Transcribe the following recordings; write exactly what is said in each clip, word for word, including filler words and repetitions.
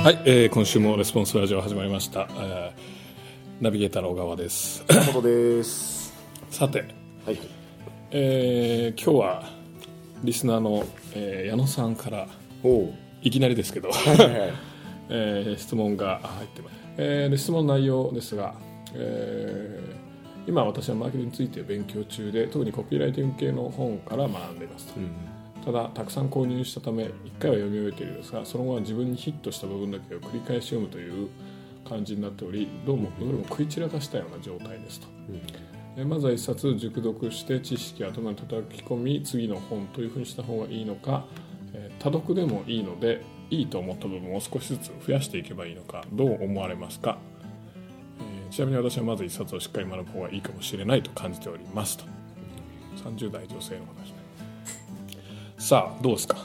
はい、えー、今週もレスポンスラジオ始まりました、えー、ナビゲーターの小川です。 山本です。 さて、 はい、 えー、今日はリスナーの、えー、矢野さんからいきなりですけど、はいはいはいえー、質問が入ってます、えー、質問の内容ですが、えー、今私はマーケティングについて勉強中で、特にコピーライティング系の本から学んでいますと、うんただたくさん購入したためいっかいは読み終えているんですが、その後は自分にヒットした部分だけを繰り返し読むという感じになっており、どうもどれも食い散らかしたような状態ですと、うん、まずはいっさつ熟読して知識を頭に叩き込み、次の本というふうにした方がいいのか、えー、多読でもいいのでいいと思った部分を少しずつ増やしていけばいいのか、どう思われますか。えー、ちなみに私はまずいっさつをしっかり学ぶ方がいいかもしれないと感じておりますと。さんじゅう代女性の方ですね。さあどうですか。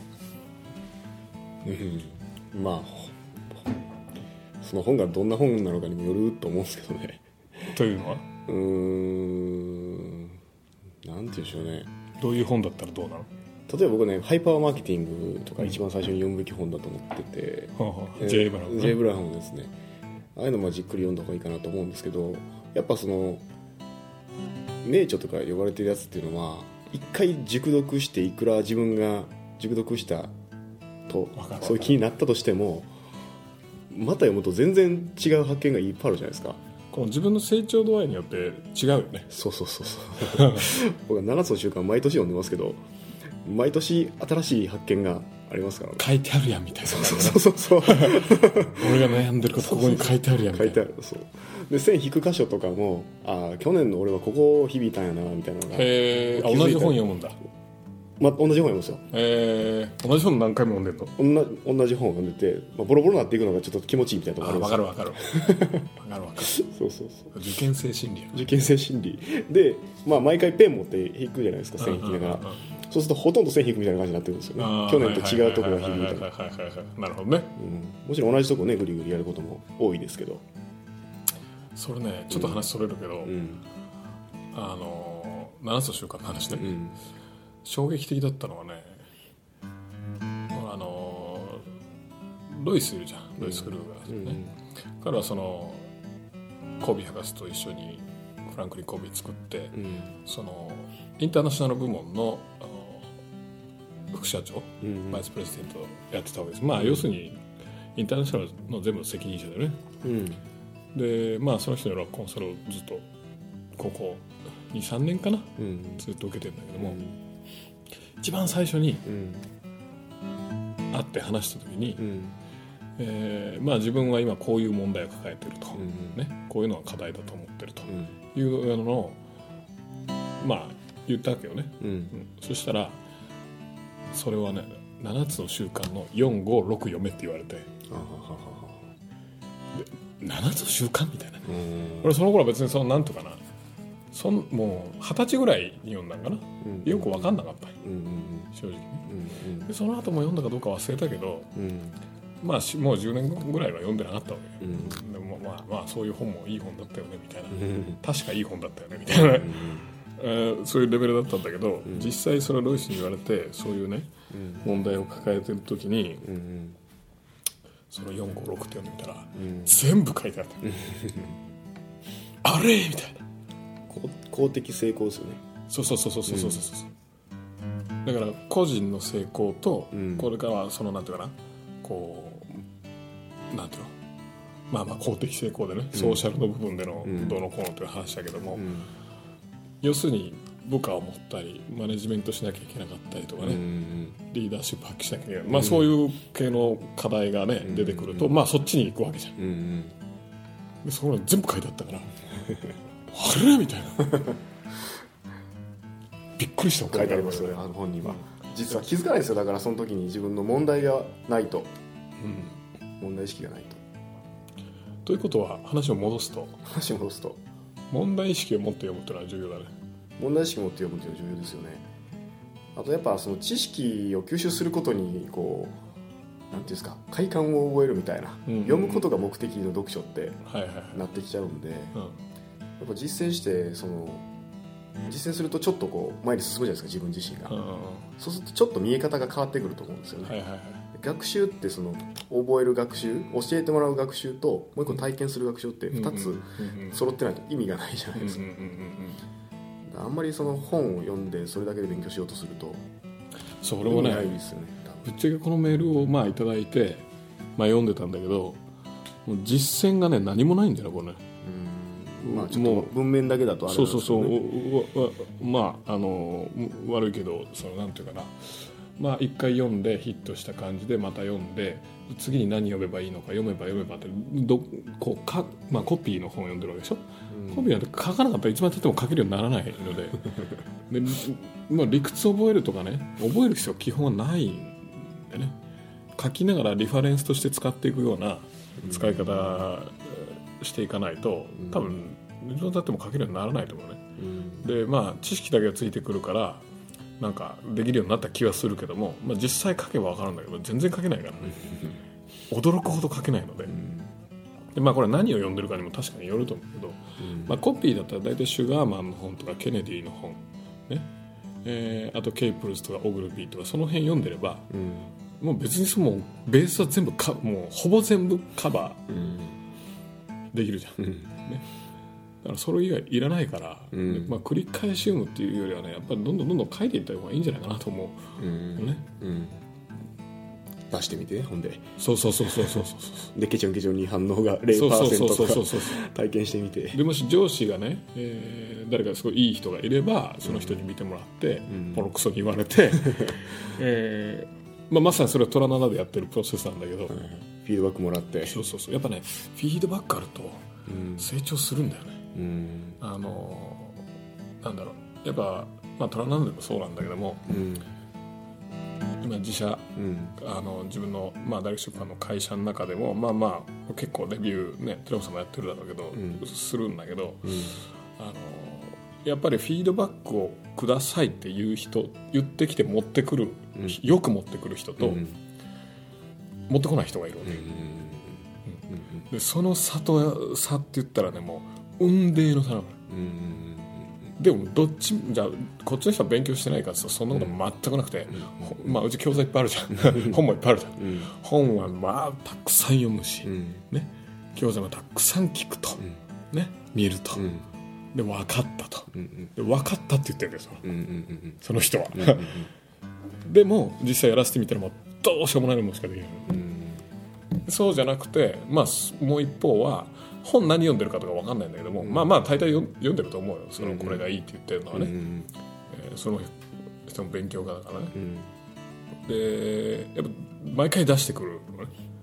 うん、まあその本がどんな本なのかにもよると思うんですけどね。 というのはうーんなんて言うんでしょうね。 どういう本だったらどうなの。 例えば僕ね、ハイパーマーケティングとか一番最初に読むべき本だと思ってて、 うんはあ、J. ブラウン J. ブラウンですね。ああいうのもじっくり読んだ方がいいかなと思うんですけど、やっぱその名著とか呼ばれてるやつっていうのは一回熟読していくら自分が熟読したとそういう気になったとしても、また読むと全然違う発見がいっぱいあるじゃないですか。 この自分の成長度合いによって違うよね。 そうそうそうそう僕はななつの習慣毎年読んでますけど、毎年新しい発見がありますからね。 書いてあるやんみたいな、ね、 そうそうそうそう俺が悩んでることここに書いてあるやんみたいな。 書いてある。そうで線引く箇所とかも、あ去年の俺はここを響いたんやなみたいなのが。 へー、同じ本読むんだ。 まあ、同じ本読むんですよ。 えー、同じ本何回も読んでるの。同じ、同じ本を読んでて、まあ、ボロボロになっていくのがちょっと気持ちいいみたいなところあるんですよ。 あ、分かる分かる分かる分かるそうそうそう受験生心理や。 受験生心理で、まあ、毎回ペン持って引くじゃないですか、線引きながら。そうするとほとんど線引くみたいな感じになってるんですよね。去年と違うところが引くみたいな。 なるほどね、 うん、もちろん同じとこねグリグリやることも多いですけど。 それねちょっと話それるけど、うん、あのななつの習慣の話ね、うん、衝撃的だったのはね、あのロイスいるじゃん、ロイス・クルーガー、ね、うん、彼はそのコービー博士と一緒にフランクリン・コービー作って、うん、そのインターナショナル部門の副社長、うん、バイスプレジデントをやってたわけです。まあ、うん、要するにインターナショナルの全部の責任者だよね、うん、でまあその人のコンサルをずっとここ にさんねんかな、うん、ずっと受けてるんだけども、うん、一番最初に会って話した時に、うん、えーまあ、自分は今こういう問題を抱えてると、うんね、こういうのは課題だと思ってるというのを、まあ、言ったわけよね、うんうん、そしたらそれはねななつの習慣のよんごろく読めって言われて、あはははななつの習慣みたいなね。俺その頃は別にそのなんとかなそんもうはたちぐらいに読んだんかな、うんうん、よく分かんなかった、うんうん、正直ね、うんうん、でその後も読んだかどうか忘れたけど、うん、まあもうじゅうねんぐらいは読んでなかったわけ、うん、でもまあまあそういう本もいい本だったよねみたいな、うん、確かいい本だったよねみたいな、うんえー、そういうレベルだったんだけど、うん、実際それロイスに言われてそういうね、うん、問題を抱えてる時に、うんうん、そのよんごろくって読んでみたら、うん、全部書いてあった、うん、あれみたいな公的成功ですよね。 そうそうそうそうそうそうそう、うん、だから個人の成功と、うん、これからはそのなんていうかなこうなんていうのまあまあ公的成功でね、うん、ソーシャルの部分でのどうのこうのという話だけども、うん要するに部下を持ったりマネジメントしなきゃいけなかったりとかね、うん、リーダーシップ発揮しなきゃいけない、まあ、そういう系の課題がね、うん、出てくると、まあ、そっちに行くわけじゃん、うん、でそこに全部書いてあったからあれみたいなびっくりした書いてありますよね、あの本には、うん、実は気づかないですよ。だからその時に自分の問題がないと、うん、問題意識がないと。 ということは話を戻すと話を戻すと問題意識を持って読むっていうのは重要だね。 問題意識を持って読むっていうのは重要ですよね。あとやっぱその知識を吸収することにこうなんていうんですか快感を覚えるみたいな、うんうんうん、読むことが目的の読書ってなってきちゃうんで、はいはいはい、うん、やっぱ実践してその実践するとちょっとこう前に進むじゃないですか自分自身が、うんうん、そうするとちょっと見え方が変わってくると思うんですよね、はいはいはい、 学習ってその覚える学習、教えてもらう学習ともう一個体験する学習ってふたつ揃ってないと意味がないじゃないですか。あんまりその本を読んでそれだけで勉強しようとすると、 そう俺もね、ぶっちゃけこのメールをまあいただいて、まあ、読んでたんだけど、もう実践がね何もないんだよねこれね。 うん、まあ、ちょっと文面だけだとあれなんですけど、ね、 そうそうそう、まああの悪いけどそのなんていうかな、まあ一回読んでヒットした感じでまた読んで、次に何読めばいいのか、読めば読めばってどこうか、まあ、コピーの本を読んでるわけでしょ、うん、コピーなんて書かなかったらいつまでたっても書けるようにならないのでで、まあ、理屈を覚えるとかね、覚える必要は基本はないんでね、書きながらリファレンスとして使っていくような使い方していかないと、多分いつまでたっても書けるようにならないと思うね、うん、でまあ知識だけがついてくるからなんかできるようになった気はするけども、まあ、実際書けば分かるんだけど全然書けないからね驚くほど書けないので、で、まあ、これは何を読んでるかにも確かによると思うけど、うんまあ、コピーだったら大体シュガーマンの本とかケネディの本、ねえー、あとケイプルスとかオグルビーとかその辺読んでれば、うん、もう別にそのベースは全部かもうほぼ全部カバーできるじゃん、うんね、だからそれ以外いらないから、うんまあ、繰り返し読むっていうよりはね、やっぱりどんどんどんどん書いていった方がいいんじゃないかなと思う、うんねうん、 出してみてほんでそうそうそうそうそうそうでケチョンケチョンに反応が ゼロパーセント とか体験してみて、 でもし上司がね、えー、誰かすごいいい人がいればその人に見てもらって、うん、ボロクソに言われて、えーまあ、まさにそれはトラナナでやってるプロセスなんだけど、うん、 フィードバックもらって、 そうそうそう、やっぱねフィードバックあると成長するんだよね、うん、あのなんだろう、やっぱ、まあ、トラナナでもそうなんだけども、うん今自社、うん、あの自分の、まあ、大学出版の会社の中でもまあまあ結構レビューねテレビさんもやってるだろうけど、うん、するんだけど、うん、あのやっぱりフィードバックをくださいっていう人、言ってきて持ってくる、うん、よく持ってくる人と、うん、持ってこない人がいるわけ、うんうん、でその差と差って言ったらねもう雲泥の差なの、うんでもどっちじゃあこっちの人は勉強してないからさそんなこと全くなくて、うんまあ、うち教材いっぱいあるじゃん本もいっぱいあるじゃん、うん、本はまあたくさん読むし、うんね、教材もたくさん聞くと、うんね、見ると、うん、で分かったと、うん、で分かったって言ってるんですよ、うんうんうん、その人は、うんうんうん、でも実際やらせてみたらもうどうしようもないものしかできない、うん、そうじゃなくて、まあ、もう一方は本何読んでるかとか分かんないんだけども、うん、まあまあ大体読んでると思うよ、そのこれがいいって言ってるのはね、うんうんえー、その人も勉強家だからね、うん、でやっぱ毎回出してくるのね、うん、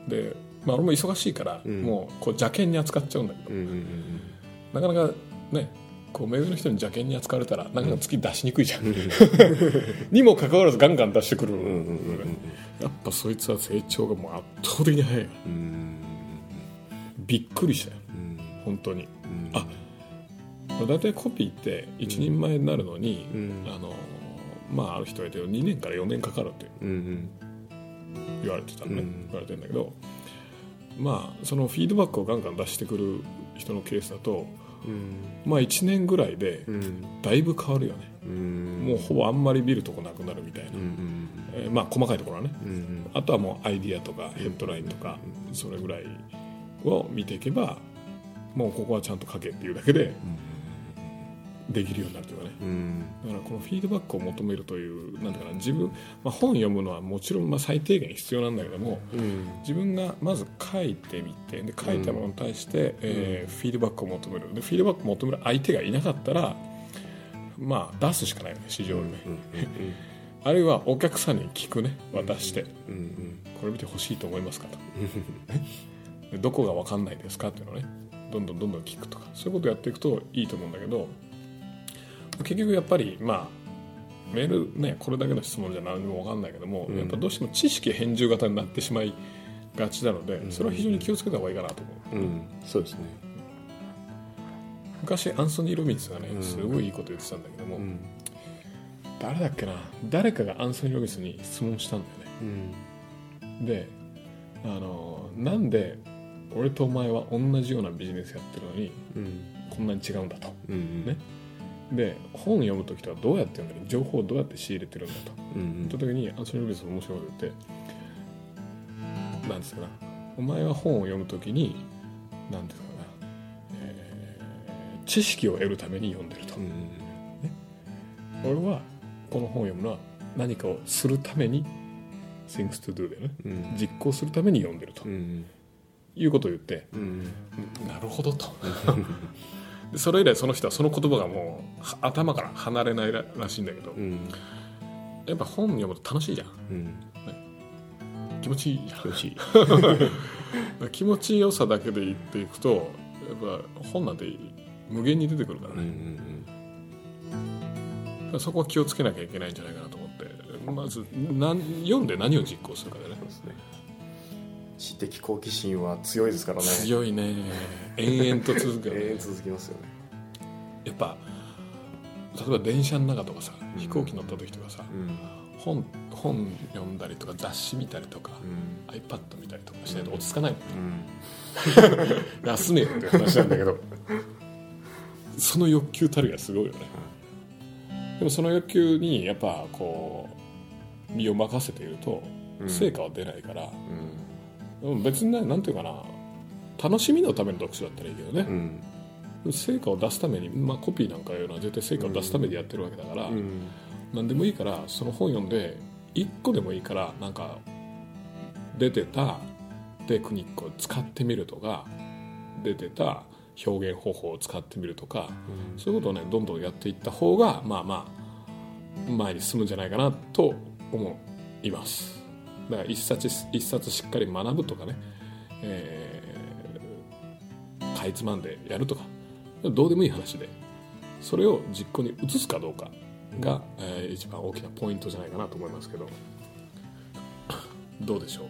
で、まあ、俺も忙しいから、うん、もうこう邪険に扱っちゃうんだけど、うんうんうん、なかなかねこう目上の人に邪険に扱われたらなかなか次出しにくいじゃん、うん、にもかかわらずガンガン出してくる、うんうんうん、やっぱそいつは成長がもう圧倒的に早い、うんびっくりしたよ、うん、本当に、うん、あだいたいコピーって一人前になるのに、うん、あのまあある人がいてにねんからよねんかかるって言われてたのね、うん、言われてるんだけど、まあそのフィードバックをガンガン出してくる人のケースだと、うん、まあいちねんぐらいでだいぶ変わるよね、うん、もうほぼあんまり見るとこなくなるみたいな、うんえー、まあ細かいところはね、うん、あとはもうアイディアとかヘッドラインとかそれぐらいを見ていけばもうここはちゃんと書けっていうだけでできるようになるというかね、うん、だからこのフィードバックを求めるというなんだかな自分、まあ、本読むのはもちろんまあ最低限必要なんだけども、うん、自分がまず書いてみてで書いたものに対して、うんえー、フィードバックを求めるでフィードバックを求める相手がいなかったらまあ出すしかないよね市場でね、うんうんうん、あるいはお客さんに聞くね渡して、うんうん、これ見てほしいと思いますかとどこが分かんないですかっていうのをねどんどんどんどん聞くとかそういうことをやっていくといいと思うんだけど結局やっぱりまあメールねこれだけの質問じゃ何も分かんないけども、うん、やっぱどうしても知識返従型になってしまいがちなのでそれは非常に気をつけた方がいいかなと思う、うん、 そうですね。 昔アンソニー・ロビンスがねすごいいいこと言ってたんだけども、うん、誰だっけな誰かがアンソニー・ロビンスに質問したんだよね、うん、であのなんで俺とお前は同じようなビジネスやってるのに、うん、こんなに違うんだと、うんうんね、で本読むときとはどうやって読んでる情報をどうやって仕入れてるんだと、うんうん、という時にアンソニー・ロビンスの面白いこと言ってなんですかな、お前は本を読むときになんですかな、えー、知識を得るために読んでると、うんね、俺はこの本を読むのは何かをするために things to do でね、うん、実行するために読んでると、うん、いうことを言って、うん、なるほどとでそれ以来その人はその言葉がもう頭から離れないらしいんだけど、うん、やっぱ本読むと楽しいじゃん、うんね、気持ちいいじゃん気持ちいい気持ちよさだけで言っていくとやっぱ本なんて無限に出てくるからね、うんうんうん、そこは気をつけなきゃいけないんじゃないかなと思って、まず何読んで何を実行するかでね。そうですね、 知的好奇心は強いですからね。 強いね、延々と続くよね延々続きますよね。 やっぱ例えば電車の中とかさ、うん、飛行機乗った時とかさ、うん、本, 本読んだりとか雑誌見たりとか、うん、iPad 見たりとかしないと落ち着かないの、うん、休めよって話なんだけどその欲求たるがすごいよね、うん、でもその欲求にやっぱこう身を任せていると成果は出ないから、うんうん、でも別にね、なんていうかな、楽しみのための読書だったらいいけどね、うん、成果を出すために、まあ、コピーなんかいうのは絶対成果を出すためにやってるわけだから、うん、何でもいいからその本読んでいっこでもいいからなんか出てたテクニックを使ってみるとか、出てた表現方法を使ってみるとか、うん、そういうことをねどんどんやっていった方がまあまあ前に進むんじゃないかなと思います。だから一冊一冊しっかり学ぶとかね、えー、かいつまんでやるとかどうでもいい話で、それを実行に移すかどうかが、えー、一番大きなポイントじゃないかなと思いますけど、どうでしょ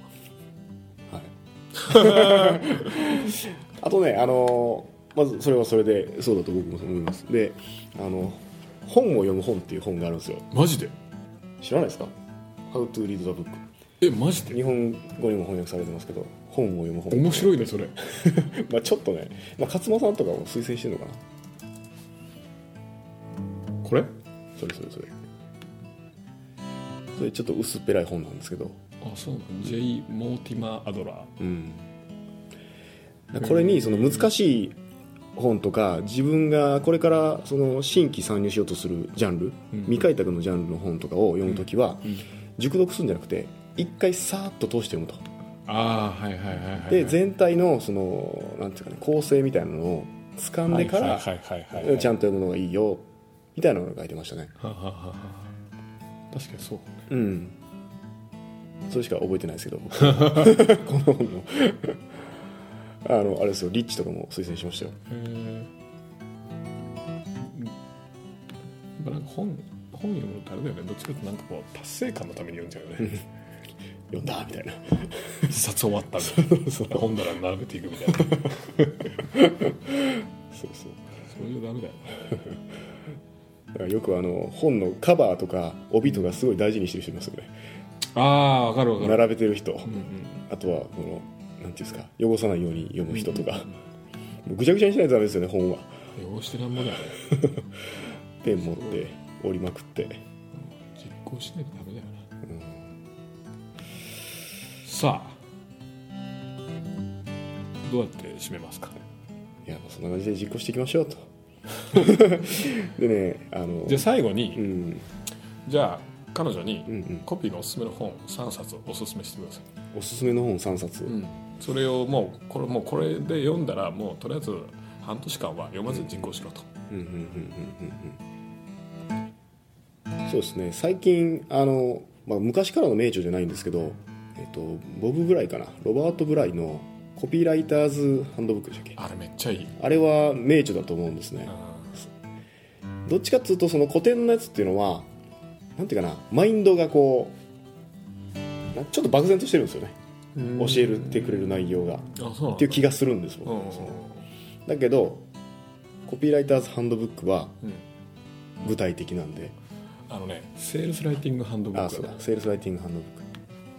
う。はい。あとね、あのまずそれはそれでそうだと僕も思います。で、あの本を読む本っていう本があるんですよ。 マジで？ 知らないですか？ How to read the book。 え、マジで？ 日本語にも翻訳されてますけど、本を読む本。 面白いねそれ。 まあちょっとね、まあ、勝間さんとかも推薦してるのかな。 これ？ それそれそれ。それちょっと薄っぺらい本なんですけど。 あ、そうなの。ジェイ・モーティマー・アドラー。 うん。これにその難しい本とか、自分がこれからその新規参入しようとするジャンル、うん、未開拓のジャンルの本とかを読むときは、うん、熟読するんじゃなくて一回さーっと通して読むと。 ああ、はいはいはいはい、はい、 で全体のそのなんていうかね、構成みたいなのを掴んでからちゃんと読むのがいいよみたいなのが書いてましたね。はははは、 確かにそう、ね、 うん。それしか覚えてないですけどこの本のあのあれですよ、リッチとかも推薦しましたよ。へえ。なんか本本読むのってあれだよね、どっちかってなんかこう達成感のために読んじゃうよね。 読んだみたいな、 一冊終わったみたいな、そう本棚並べていくみたいな。そうそう、そういうダメだよね。 だからよくあの本のカバーとか帯とかすごい大事にしてる人いますよね。 ああ、わかるわかる。 並べてる人、うんうん、あとはこのなんていうんですか、汚さないように読む人とか、うんうん、もうぐちゃぐちゃにしないとダメですよね、本は。 汚してなんぼだよね。 ペン持って折りまくって、 実行しないとダメだよな、うん、さあどうやって締めますか。 いや、そんな感じで実行していきましょうと。でね、あのじゃあ最後に、うん、じゃあ彼女にコピーのおすすめの本さんさつおすすめしてください。 おすすめの本さんさつ、うん、 それをもうこれ、もうこれで読んだらもうとりあえず半年間は読まずに実行しろと。 そうですね、最近あの、まあ、昔からの名著じゃないんですけど、えっと、ボブ・ブライかな、ロバート・ブライのコピーライターズハンドブックでしたっけ。 あれめっちゃいい。 あれは名著だと思うんですね。どっちかっていうとその古典のやつっていうのはなんていうかな、マインドがこうちょっと漠然としてるんですよね、教えてくれる内容がっていう気がするんです僕、うん、だけどコピーライターズハンドブックは具体的なんで、 うん、あのね、セールスライティングハンドブック、 あ、そうだ、セールスライティングハンドブック、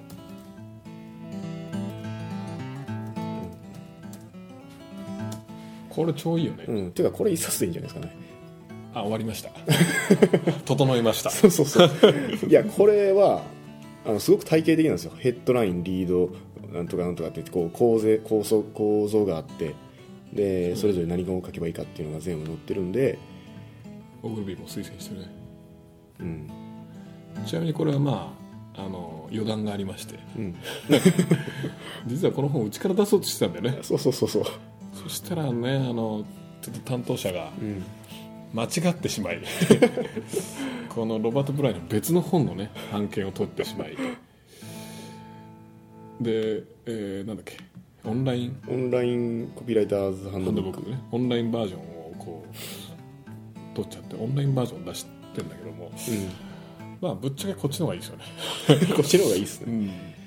これ超いいよね。 うん、ていうかこれ一冊でいいんじゃないですかね。 あ、終わりました。整いました。 そうそうそう。いや、これはあのすごく体系的なんですよ。ヘッドライン、リード、 なんとかなんとかってこう構成構造構造があって、でそれぞれ何を書けばいいかっていうのが全部載ってるんで、 オグルビーも推薦してるね。 うん、 ちなみにこれはまああの余談がありまして、 うん、 実はこの本うちから出そうとしてたんだよね。 そうそうそうそう。 そしたらね、あのちょっと担当者が間違ってしまい、このロバート・ブライの別の本のね版権を取ってしまい、で、えー、なんだっけオンラインオンラインコピーライターズハンドブックね、オンラインバージョンをこう取っちゃってオンラインバージョン出してんだけども、うん、まあぶっちゃけこっちの方がいいですよね。 こっちの方がいいですね、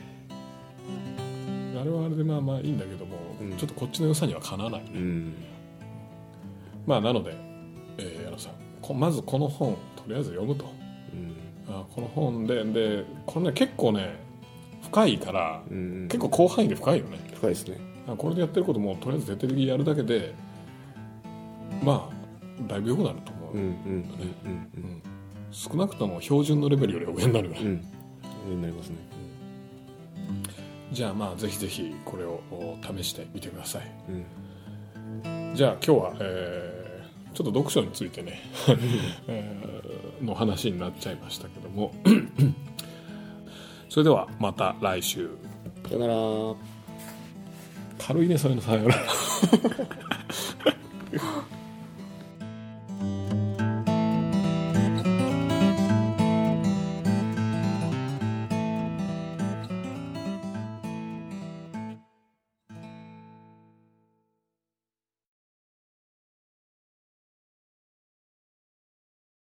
うん、あれはあれでまあまあいいんだけども、うん、ちょっとこっちの良さにはかなわないね、うん、まあなので、えー、矢野さんまずこの本とりあえず読むと、うん、あこの本ででこれね結構ね深いから、うん、結構広範囲で深いよね。 深いですね。 これでやってることもとりあえず徹底的にやるだけでまあだいぶ良くなると思う、うんうんうんうん、少なくとも標準のレベルより上になるから、うん、 上になりますね、 うん、じゃあまあぜひぜひこれを試してみてください、うん、じゃあ今日は、えー、ちょっと読書についてね、えー、の話になっちゃいましたけどもそれではまた来週。 さよなら。 軽いね、そういうのさよなら